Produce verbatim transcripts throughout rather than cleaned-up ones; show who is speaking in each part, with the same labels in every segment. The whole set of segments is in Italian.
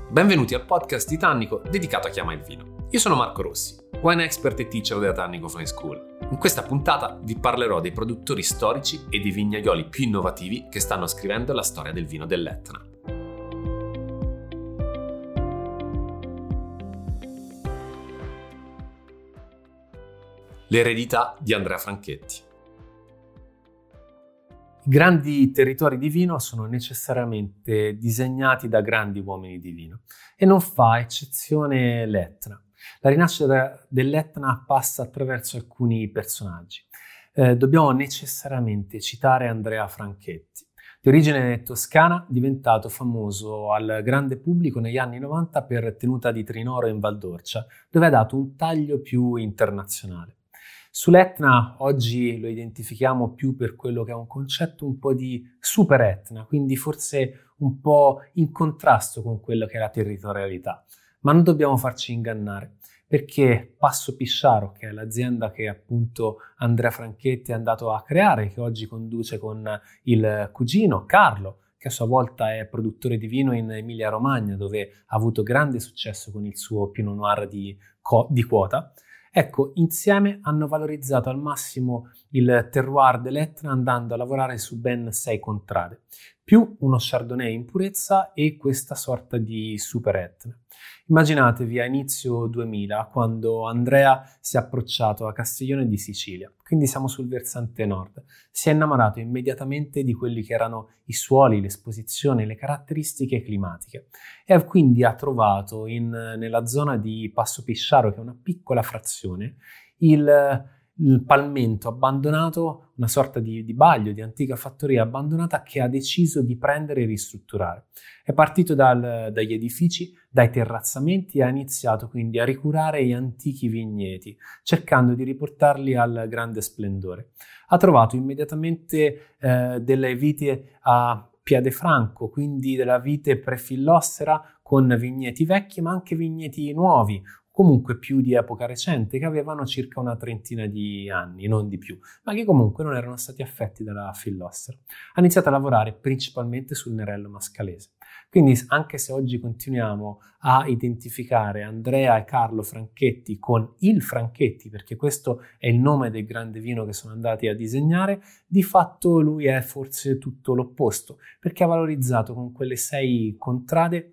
Speaker 1: Benvenuti al podcast di Tannico dedicato a chi ama il vino. Io sono Marco Rossi, wine expert e teacher della Tannico Fine School. In questa puntata vi parlerò dei produttori storici e dei vignaioli più innovativi che stanno scrivendo la storia del vino dell'Etna. L'eredità di Andrea Franchetti.
Speaker 2: I grandi territori di vino sono necessariamente disegnati da grandi uomini di vino e non fa eccezione l'Etna. La rinascita dell'Etna passa attraverso alcuni personaggi. Eh, dobbiamo necessariamente citare Andrea Franchetti, di origine toscana, diventato famoso al grande pubblico negli anni novanta per Tenuta di Trinoro in Val d'Orcia, dove ha dato un taglio più internazionale. Sull'Etna oggi lo identifichiamo più per quello che è un concetto un po' di super Etna, quindi forse un po' in contrasto con quello che è la territorialità. Ma non dobbiamo farci ingannare, perché Passo Pisciaro, che è l'azienda che appunto Andrea Franchetti è andato a creare, che oggi conduce con il cugino Carlo, che a sua volta è produttore di vino in Emilia-Romagna, dove ha avuto grande successo con il suo Pinot Noir di, co- di quota. Ecco, insieme hanno valorizzato al massimo il terroir dell'Etna andando a lavorare su ben sei contrade, più uno Chardonnay in purezza e questa sorta di super Etna. Immaginatevi a inizio duemila, quando Andrea si è approcciato a Castiglione di Sicilia, quindi siamo sul versante nord. Si è innamorato immediatamente di quelli che erano i suoli, l'esposizione, le caratteristiche climatiche e quindi ha trovato in, nella zona di Passo Pisciaro, che è una piccola frazione, il, il palmento abbandonato, una sorta di, di baglio, di antica fattoria abbandonata che ha deciso di prendere e ristrutturare. È partito dal, dagli edifici, dai terrazzamenti e ha iniziato quindi a ricurare gli antichi vigneti, cercando di riportarli al grande splendore. Ha trovato immediatamente eh, delle vite a piede franco, quindi della vite prefillossera con vigneti vecchi ma anche vigneti nuovi, comunque più di epoca recente, che avevano circa una trentina di anni, non di più, ma che comunque non erano stati affetti dalla fillossera. Ha iniziato a lavorare principalmente sul Nerello Mascalese. Quindi anche se oggi continuiamo a identificare Andrea e Carlo Franchetti con il Franchetti, perché questo è il nome del grande vino che sono andati a disegnare, di fatto lui è forse tutto l'opposto, perché ha valorizzato con quelle sei contrade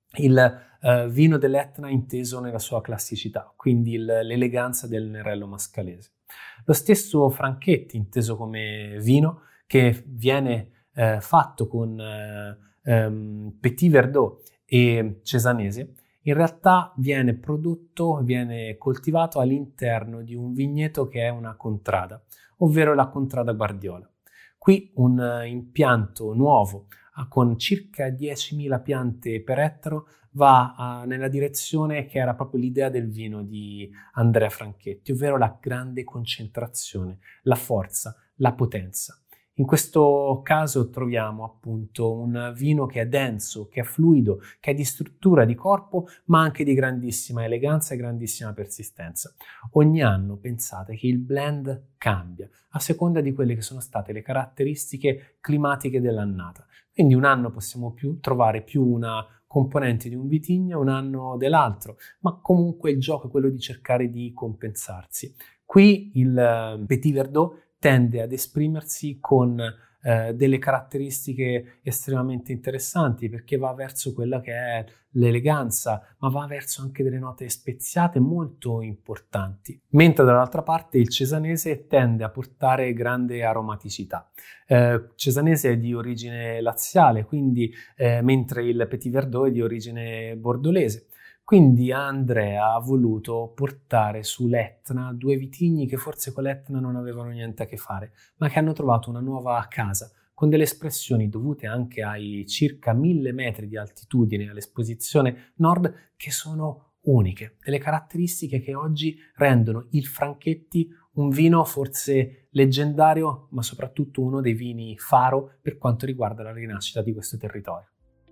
Speaker 2: il uh, vino dell'Etna inteso nella sua classicità, quindi il, l'eleganza del Nerello Mascalese. Lo stesso Franchetti, inteso come vino, che viene uh, fatto con uh, um, Petit Verdot e Cesanese, in realtà viene prodotto, viene coltivato all'interno di un vigneto che è una contrada, ovvero la contrada Guardiola. Qui un uh, impianto nuovo con circa diecimila piante per ettaro va a, nella direzione che era proprio l'idea del vino di Andrea Franchetti, ovvero la grande concentrazione, la forza, la potenza. In questo caso troviamo appunto un vino che è denso, che è fluido, che è di struttura, di corpo, ma anche di grandissima eleganza e grandissima persistenza. Ogni anno pensate che il blend cambia a seconda di quelle che sono state le caratteristiche climatiche dell'annata. Quindi un anno possiamo più trovare più una componente di un vitigno, un anno dell'altro, ma comunque il gioco è quello di cercare di compensarsi. Qui il Petit Verdot tende ad esprimersi con eh, delle caratteristiche estremamente interessanti, perché va verso quella che è l'eleganza, ma va verso anche delle note speziate molto importanti, mentre dall'altra parte il cesanese tende a portare grande aromaticità. Eh, cesanese è di origine laziale, quindi eh, mentre il Petit Verdot è di origine bordolese. Quindi Andrea ha voluto portare sull'Etna due vitigni che forse con l'Etna non avevano niente a che fare, ma che hanno trovato una nuova casa, con delle espressioni dovute anche ai circa mille metri di altitudine all'esposizione nord che sono uniche, delle caratteristiche che oggi rendono il Franchetti un vino forse leggendario, ma soprattutto uno dei vini faro per quanto riguarda la rinascita di questo territorio.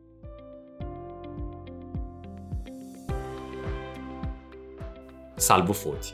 Speaker 1: Salvo Foti.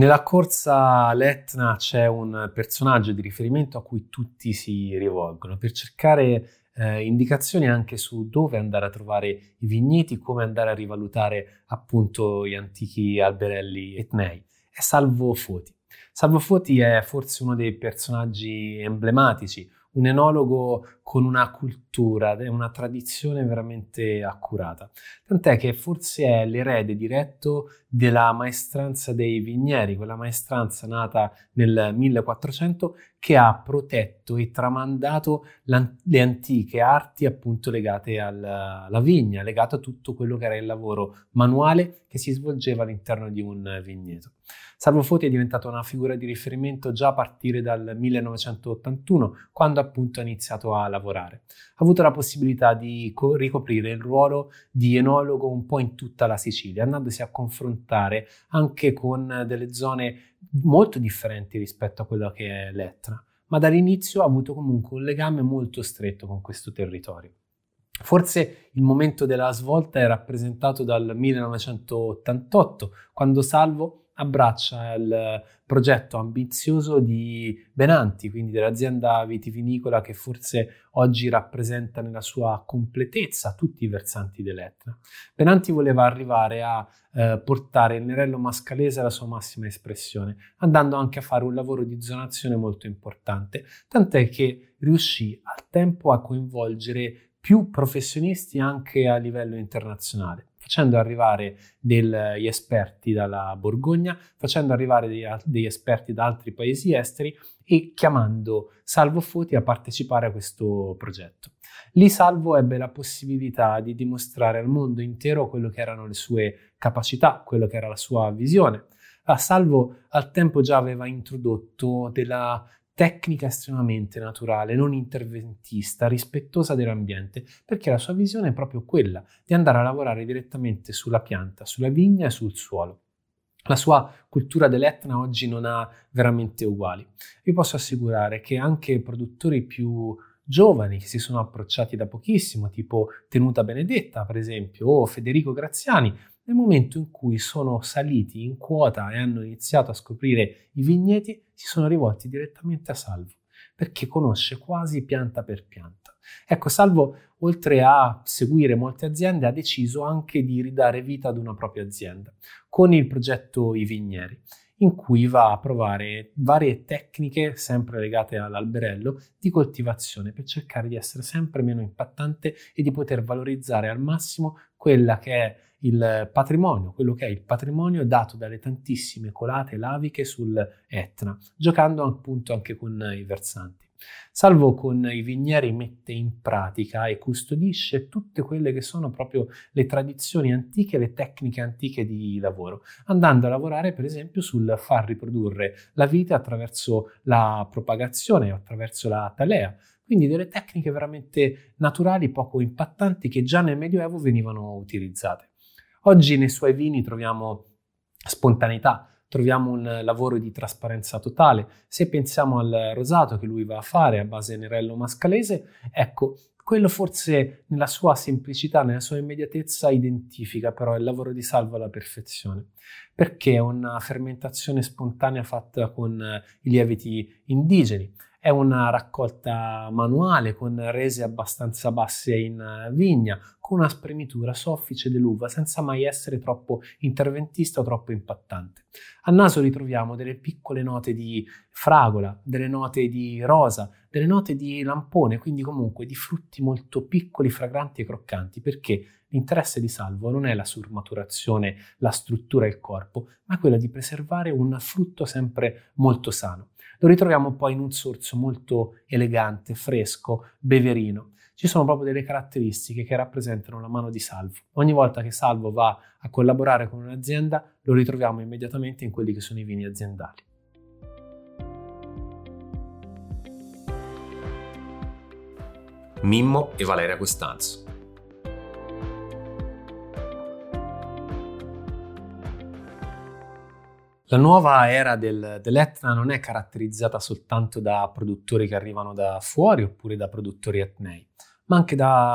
Speaker 2: Nella corsa all'Etna c'è un personaggio di riferimento a cui tutti si rivolgono per cercare eh, indicazioni anche su dove andare a trovare i vigneti, come andare a rivalutare appunto gli antichi alberelli etnei. È Salvo Foti. Salvo Foti è forse uno dei personaggi emblematici, un enologo con una cultura e una tradizione veramente accurata. Tant'è che forse è l'erede diretto della maestranza dei Vignieri, quella maestranza nata nel millequattrocento che ha protetto e tramandato le antiche arti appunto legate alla, alla vigna, legato a tutto quello che era il lavoro manuale che si svolgeva all'interno di un vigneto. Salvo Foti è diventato una figura di riferimento già a partire dal millenovecentottantuno, quando appunto ha iniziato a lavorare. Ha avuto la possibilità di co- ricoprire il ruolo di enologo un po' in tutta la Sicilia, andandosi a confrontare anche con delle zone molto differenti rispetto a quello che è l'Etna, ma dall'inizio ha avuto comunque un legame molto stretto con questo territorio. Forse il momento della svolta è rappresentato dal millenovecentottantotto, quando Salvo abbraccia il progetto ambizioso di Benanti, quindi dell'azienda vitivinicola che forse oggi rappresenta nella sua completezza tutti i versanti dell'Etna. Benanti voleva arrivare a eh, portare il Nerello Mascalese alla sua massima espressione, andando anche a fare un lavoro di zonazione molto importante, tant'è che riuscì al tempo a coinvolgere più professionisti anche a livello internazionale, facendo arrivare degli esperti dalla Borgogna, facendo arrivare degli, degli esperti da altri paesi esteri e chiamando Salvo Foti a partecipare a questo progetto. Lì Salvo ebbe la possibilità di dimostrare al mondo intero quello che erano le sue capacità, quello che era la sua visione. Ah, Salvo al tempo già aveva introdotto della tecnica estremamente naturale, non interventista, rispettosa dell'ambiente, perché la sua visione è proprio quella di andare a lavorare direttamente sulla pianta, sulla vigna e sul suolo. La sua cultura dell'Etna oggi non ha veramente uguali. Vi posso assicurare che anche produttori più giovani che si sono approcciati da pochissimo, tipo Tenuta Benedetta per esempio, o Federico Graziani, nel momento in cui sono saliti in quota e hanno iniziato a scoprire i vigneti, si sono rivolti direttamente a Salvo, perché conosce quasi pianta per pianta. Ecco, Salvo, oltre a seguire molte aziende, ha deciso anche di ridare vita ad una propria azienda, con il progetto I Vignieri, in cui va a provare varie tecniche, sempre legate all'alberello, di coltivazione, per cercare di essere sempre meno impattante e di poter valorizzare al massimo quella che è il patrimonio, quello che è il patrimonio dato dalle tantissime colate laviche sul Etna, giocando appunto anche con i versanti. Salvo con i Vignieri mette in pratica e custodisce tutte quelle che sono proprio le tradizioni antiche, le tecniche antiche di lavoro, andando a lavorare per esempio sul far riprodurre la vite attraverso la propagazione, attraverso la talea, quindi delle tecniche veramente naturali, poco impattanti, che già nel Medioevo venivano utilizzate. Oggi nei suoi vini troviamo spontaneità, troviamo un lavoro di trasparenza totale. Se pensiamo al rosato che lui va a fare a base Nerello Mascalese, ecco, quello forse nella sua semplicità, nella sua immediatezza identifica però il lavoro di Salvo alla perfezione, perché è una fermentazione spontanea fatta con i lieviti indigeni. È una raccolta manuale con rese abbastanza basse in vigna, con una spremitura soffice dell'uva senza mai essere troppo interventista o troppo impattante. A naso ritroviamo delle piccole note di fragola, delle note di rosa, delle note di lampone, quindi comunque di frutti molto piccoli, fragranti e croccanti, perché l'interesse di Salvo non è la surmaturazione, la struttura e il corpo, ma quella di preservare un frutto sempre molto sano. Lo ritroviamo poi in un sorso molto elegante, fresco, beverino. Ci sono proprio delle caratteristiche che rappresentano la mano di Salvo. Ogni volta che Salvo va a collaborare con un'azienda, lo ritroviamo immediatamente in quelli che sono i vini aziendali.
Speaker 1: Mimmo e Valeria Costanzo.
Speaker 2: La nuova era del, dell'Etna non è caratterizzata soltanto da produttori che arrivano da fuori oppure da produttori etnei, ma anche da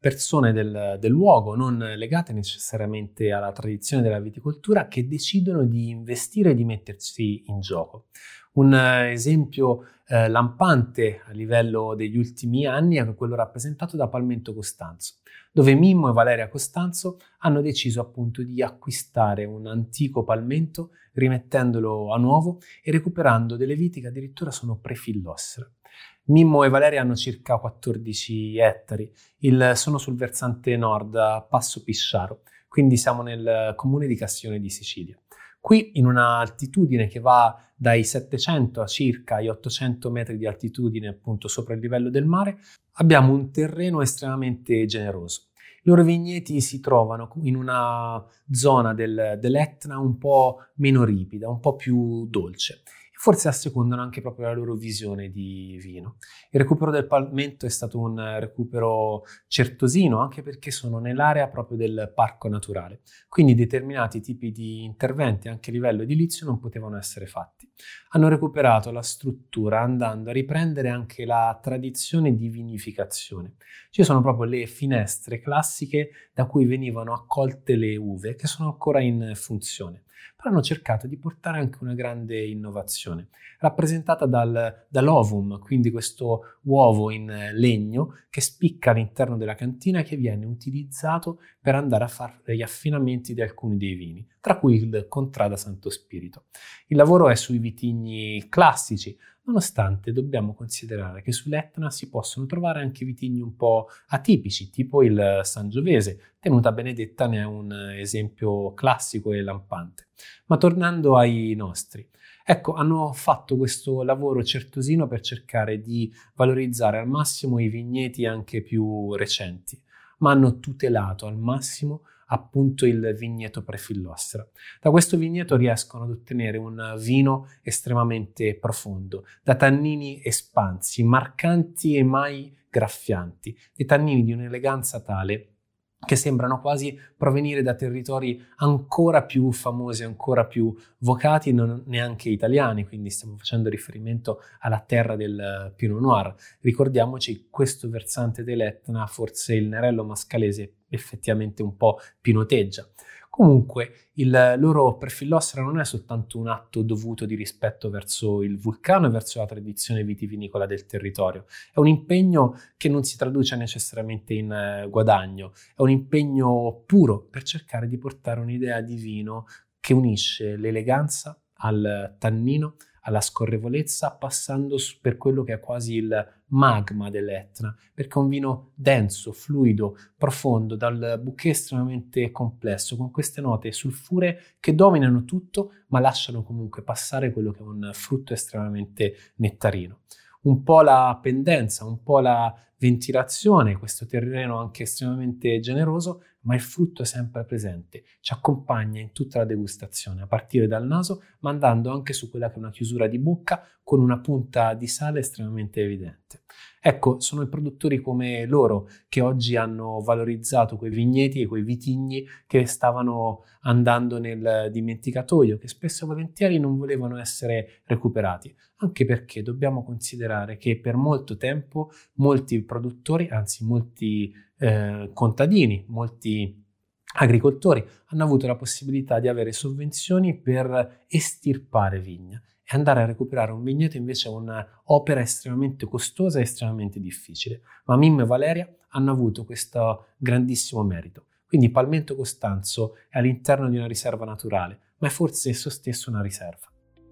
Speaker 2: persone del, del luogo, non legate necessariamente alla tradizione della viticoltura, che decidono di investire e di mettersi in gioco. Un esempio eh, lampante a livello degli ultimi anni è quello rappresentato da Palmento Costanzo, dove Mimmo e Valeria Costanzo hanno deciso appunto di acquistare un antico palmento, rimettendolo a nuovo e recuperando delle viti che addirittura sono prefillossere. Mimmo e Valeria hanno circa quattordici ettari, il, sono sul versante nord a Passo Pisciaro, quindi siamo nel comune di Castione di Sicilia. Qui, in una altitudine che va dai settecento a circa gli ottocento metri di altitudine, appunto sopra il livello del mare, abbiamo un terreno estremamente generoso. I loro vigneti si trovano in una zona del, dell'Etna un po' meno ripida, un po' più dolce. Forse assecondano anche proprio la loro visione di vino. Il recupero del palmento è stato un recupero certosino, anche perché sono nell'area proprio del parco naturale, quindi determinati tipi di interventi anche a livello edilizio non potevano essere fatti. Hanno recuperato la struttura andando a riprendere anche la tradizione di vinificazione. Ci sono proprio le finestre classiche da cui venivano accolte le uve, che sono ancora in funzione. Però hanno cercato di portare anche una grande innovazione, rappresentata dal, dall'ovum, quindi questo uovo in legno che spicca all'interno della cantina e che viene utilizzato per andare a fare gli affinamenti di alcuni dei vini, tra cui il Contrada Santo Spirito. Il lavoro è sui vitigni classici, nonostante dobbiamo considerare che sull'Etna si possono trovare anche vitigni un po' atipici, tipo il Sangiovese. Tenuta Benedetta ne è un esempio classico e lampante. Ma tornando ai nostri, ecco, hanno fatto questo lavoro certosino per cercare di valorizzare al massimo i vigneti anche più recenti, ma hanno tutelato al massimo appunto il vigneto prefillossera. Da questo vigneto riescono ad ottenere un vino estremamente profondo, da tannini espansi, marcanti e mai graffianti, dei tannini di un'eleganza tale che sembrano quasi provenire da territori ancora più famosi, ancora più vocati, non neanche italiani, quindi stiamo facendo riferimento alla terra del Pinot Noir. Ricordiamoci, questo versante dell'Etna, forse il Nerello Mascalese effettivamente un po' pinoteggia. Comunque il loro prefillossera non è soltanto un atto dovuto di rispetto verso il vulcano e verso la tradizione vitivinicola del territorio, è un impegno che non si traduce necessariamente in eh, guadagno, è un impegno puro per cercare di portare un'idea di vino che unisce l'eleganza al tannino, alla scorrevolezza, passando per quello che è quasi il magma dell'Etna, perché è un vino denso, fluido, profondo, dal bouquet estremamente complesso, con queste note sulfuree che dominano tutto, ma lasciano comunque passare quello che è un frutto estremamente nettarino. Un po' la pendenza, un po' la ventilazione, questo terreno anche estremamente generoso, ma il frutto è sempre presente, ci accompagna in tutta la degustazione, a partire dal naso, ma andando anche su quella che è una chiusura di bocca con una punta di sale estremamente evidente. Ecco, sono i produttori come loro che oggi hanno valorizzato quei vigneti e quei vitigni che stavano andando nel dimenticatoio, che spesso e volentieri non volevano essere recuperati, anche perché dobbiamo considerare che per molto tempo molti produttori, anzi molti eh, contadini, molti agricoltori hanno avuto la possibilità di avere sovvenzioni per estirpare vigna. E andare a recuperare un vigneto invece è un'opera estremamente costosa e estremamente difficile. Ma Mimmo e Valeria hanno avuto questo grandissimo merito. Quindi Palmento Costanzo è all'interno di una riserva naturale, ma è forse esso stesso una riserva.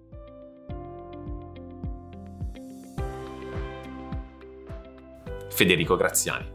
Speaker 1: Federico Graziani.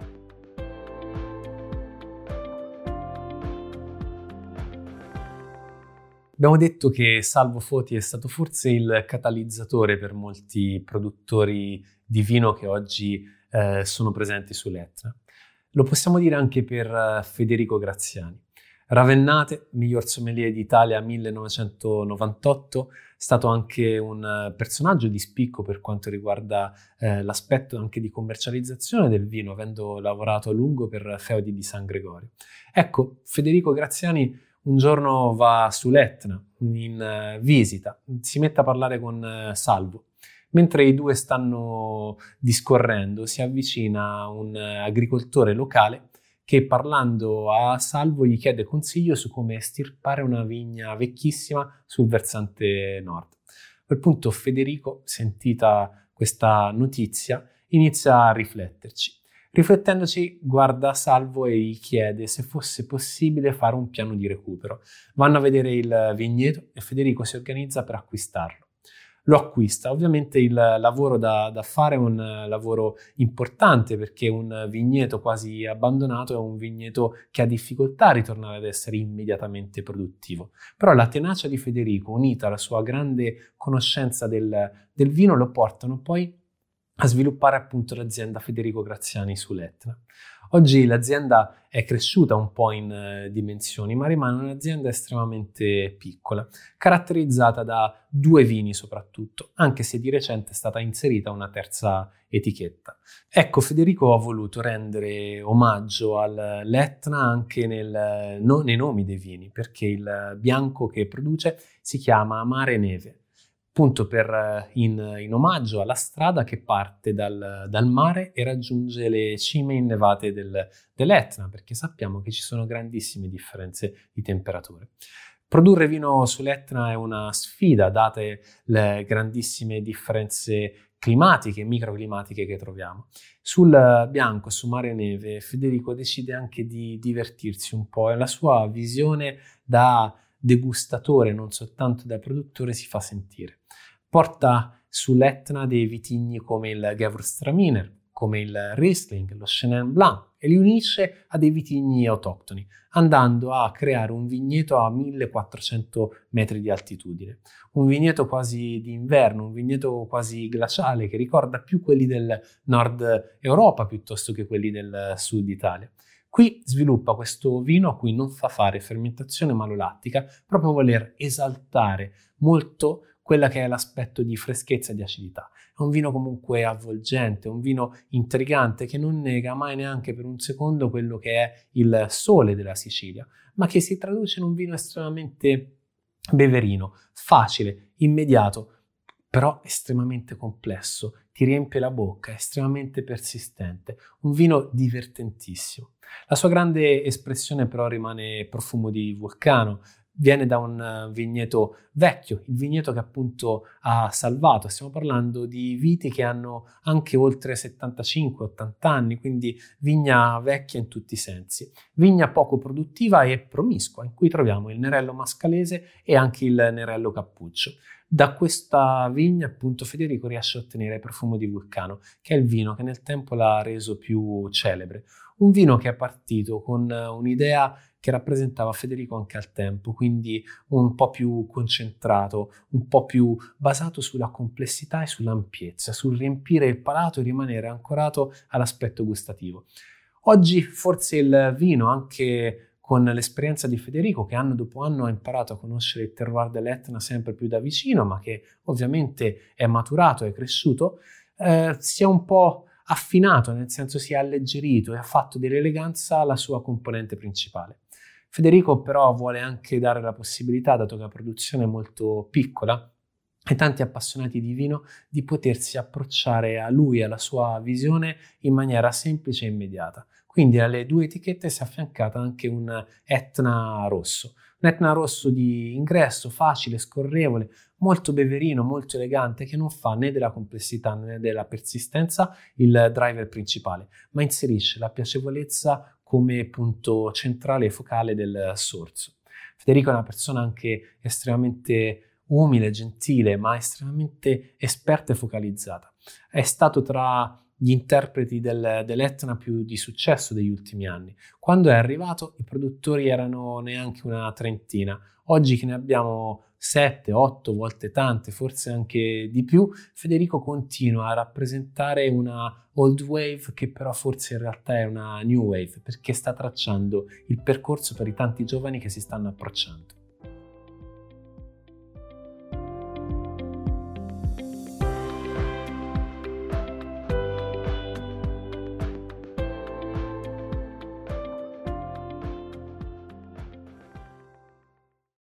Speaker 2: Abbiamo detto che Salvo Foti è stato forse il catalizzatore per molti produttori di vino che oggi eh, sono presenti sull'Etna. Lo possiamo dire anche per uh, Federico Graziani. Ravennate, miglior sommelier d'Italia millenovecentonovantotto, è stato anche un uh, personaggio di spicco per quanto riguarda uh, l'aspetto anche di commercializzazione del vino, avendo lavorato a lungo per Feudi di San Gregorio. Ecco, Federico Graziani un giorno va sull'Etna in uh, visita, si mette a parlare con uh, Salvo, Mentre i due stanno discorrendo, si avvicina un agricoltore locale che, parlando a Salvo, gli chiede consiglio su come estirpare una vigna vecchissima sul versante nord. A quel punto Federico, sentita questa notizia, inizia a rifletterci. Riflettendoci, guarda Salvo e gli chiede se fosse possibile fare un piano di recupero. Vanno a vedere il vigneto e Federico si organizza per acquistarlo. Lo acquista. Ovviamente il lavoro da, da fare è un lavoro importante, perché un vigneto quasi abbandonato è un vigneto che ha difficoltà a ritornare ad essere immediatamente produttivo. Però la tenacia di Federico, unita alla sua grande conoscenza del, del vino, lo portano poi a sviluppare appunto l'azienda Federico Graziani sull'Etna. Oggi l'azienda è cresciuta un po' in eh, dimensioni, ma rimane un'azienda estremamente piccola, caratterizzata da due vini soprattutto, anche se di recente è stata inserita una terza etichetta. Ecco, Federico ha voluto rendere omaggio all'Etna anche nel, no, nei nomi dei vini, perché il bianco che produce si chiama Mare Neve, appunto per, in, in omaggio alla strada che parte dal, dal mare e raggiunge le cime innevate del, dell'Etna, perché sappiamo che ci sono grandissime differenze di temperature. Produrre vino sull'Etna è una sfida, date le grandissime differenze climatiche e microclimatiche che troviamo. Sul bianco, su Mare Neve, Federico decide anche di divertirsi un po' e la sua visione da degustatore, non soltanto da produttore, si fa sentire. Porta sull'Etna dei vitigni come il Gewürztraminer, come il Riesling, lo Chenin Blanc, e li unisce a dei vitigni autoctoni, andando a creare un vigneto a millequattrocento metri di altitudine. Un vigneto quasi d'inverno, un vigneto quasi glaciale, che ricorda più quelli del nord Europa piuttosto che quelli del sud Italia. Qui sviluppa questo vino a cui non fa fare fermentazione malolattica, proprio voler esaltare molto quella che è l'aspetto di freschezza e di acidità. È un vino comunque avvolgente, un vino intrigante che non nega mai neanche per un secondo quello che è il sole della Sicilia, ma che si traduce in un vino estremamente beverino, facile, immediato, però estremamente complesso, ti riempie la bocca, è estremamente persistente, un vino divertentissimo. La sua grande espressione però rimane profumo di vulcano, viene da un vigneto vecchio, il vigneto che appunto ha salvato. Stiamo parlando di viti che hanno anche oltre settantacinque ottanta anni, quindi vigna vecchia in tutti i sensi. Vigna poco produttiva e promiscua, in cui troviamo il Nerello Mascalese e anche il Nerello Cappuccio. Da questa vigna appunto Federico riesce a ottenere profumo di vulcano, che è il vino che nel tempo l'ha reso più celebre. Un vino che è partito con un'idea che rappresentava Federico anche al tempo, quindi un po' più concentrato, un po' più basato sulla complessità e sull'ampiezza, sul riempire il palato e rimanere ancorato all'aspetto gustativo. Oggi forse il vino, anche con l'esperienza di Federico, che anno dopo anno ha imparato a conoscere il terroir dell'Etna sempre più da vicino, ma che ovviamente è maturato, è cresciuto, eh, si è un po' affinato, nel senso si è alleggerito e ha fatto dell'eleganza la sua componente principale. Federico però vuole anche dare la possibilità, dato che la produzione è molto piccola, ai tanti appassionati di vino di potersi approcciare a lui e alla sua visione in maniera semplice e immediata. Quindi alle due etichette si è affiancata anche un Etna rosso. Un Etna rosso di ingresso facile, scorrevole, molto beverino, molto elegante, che non fa né della complessità né della persistenza il driver principale, ma inserisce la piacevolezza come punto centrale e focale del sorso. Federico è una persona anche estremamente umile, gentile, ma estremamente esperta e focalizzata. È stato tra gli interpreti del, dell'Etna più di successo degli ultimi anni. Quando è arrivato i produttori erano neanche una trentina. Oggi che ne abbiamo sette, otto volte tante, forse anche di più, Federico continua a rappresentare una old wave che però forse in realtà è una new wave, perché sta tracciando il percorso per i tanti giovani che si stanno approcciando.